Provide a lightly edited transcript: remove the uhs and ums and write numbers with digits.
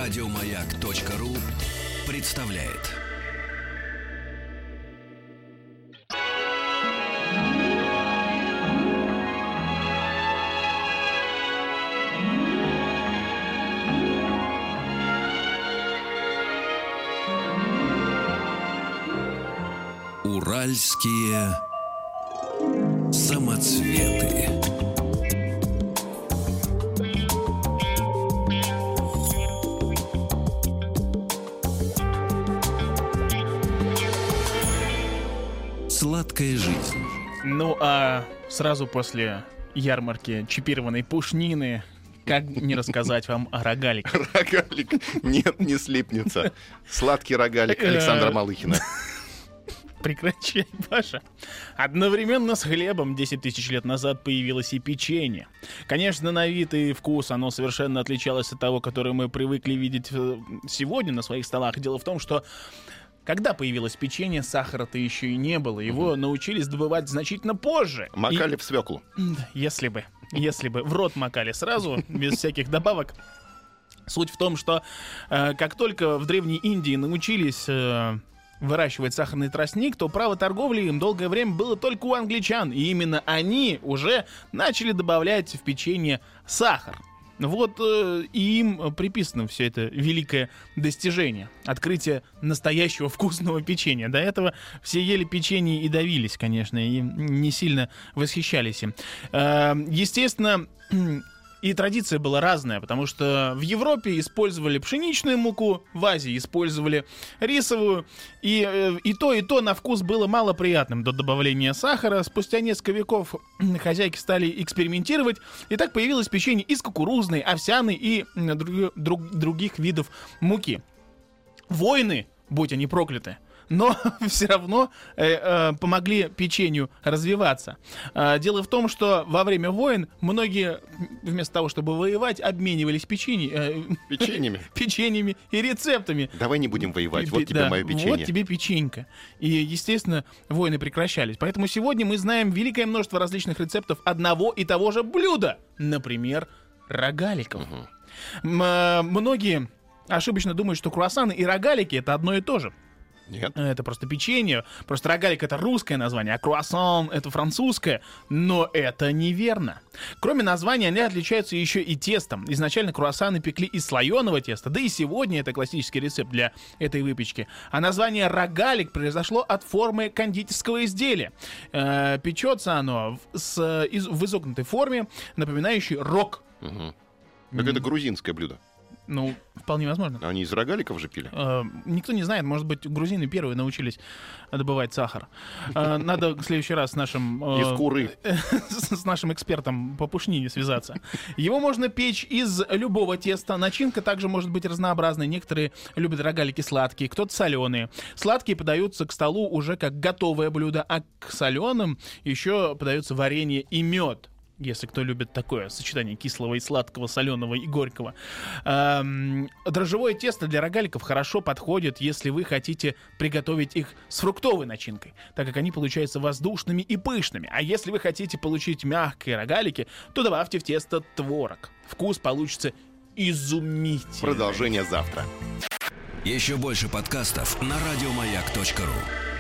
Радиомаяк.ру представляет. Уральские самоцветы. Сладкая жизнь. Ну а сразу после ярмарки чипированной пушнины, как не рассказать вам о рогалике? Рогалик. Нет, не слипнется. Сладкий рогалик Александра Малыхина. Прекращай, Паша. Одновременно с хлебом 10 тысяч лет назад появилось и печенье. Конечно, на вид и вкус оно совершенно отличалось от того, которое мы привыкли видеть сегодня на своих столах. Дело в том, что когда появилось печенье, сахара-то еще и не было. Его научились добывать значительно позже. Макали в свеклу. Если бы. В рот макали сразу, без всяких добавок. Суть в том, что как только в Древней Индии научились выращивать сахарный тростник, то право торговли им долгое время было только у англичан. И именно они уже начали добавлять в печенье сахар. Вот и им приписано все это великое достижение. Открытие настоящего вкусного печенья. До этого все ели печенье и давились, конечно, и не сильно восхищались им. Естественно, и традиция была разная, потому что в Европе использовали пшеничную муку, в Азии использовали рисовую, и то на вкус было малоприятным до добавления сахара. Спустя несколько веков хозяйки стали экспериментировать, и так появилось печенье из кукурузной, овсяной и других видов муки. Войны, будь они прокляты, но все равно помогли печенью развиваться. Дело в том, что во время войн многие, вместо того, чтобы воевать, обменивались печеньями и рецептами. Давай не будем воевать, вот тебе мое печенье. Вот тебе печенька. И, естественно, войны прекращались. Поэтому сегодня мы знаем великое множество различных рецептов одного и того же блюда. Например, рогаликов. Многие ошибочно думают, что круассаны и рогалики — это одно и то же. Нет. Это просто печенье. Просто рогалик — это русское название, а круассан — это французское. Но это неверно. Кроме названия, они отличаются еще и тестом. Изначально круассаны пекли из слоеного теста, да и сегодня это классический рецепт для этой выпечки. А название рогалик произошло от формы кондитерского изделия. Печется оно в изогнутой форме, напоминающей рог. Так это грузинское блюдо. Ну, вполне возможно. Они из рогаликов же пили? Никто не знает. Может быть, грузины первые научились добывать сахар. Надо в следующий раз с нашим... Из куры. С нашим экспертом по пушнине связаться. Его можно печь из любого теста. Начинка также может быть разнообразной. Некоторые любят рогалики сладкие, кто-то соленые. Сладкие подаются к столу уже как готовое блюдо, а к соленым еще подаются варенье и мед. Если кто любит такое сочетание кислого и сладкого, соленого и горького. Дрожжевое тесто для рогаликов хорошо подходит, если вы хотите приготовить их с фруктовой начинкой, так как они получаются воздушными и пышными. А если вы хотите получить мягкие рогалики, то добавьте в тесто творог. Вкус получится изумительный. Продолжение завтра. Еще больше подкастов на радиомаяк.ру.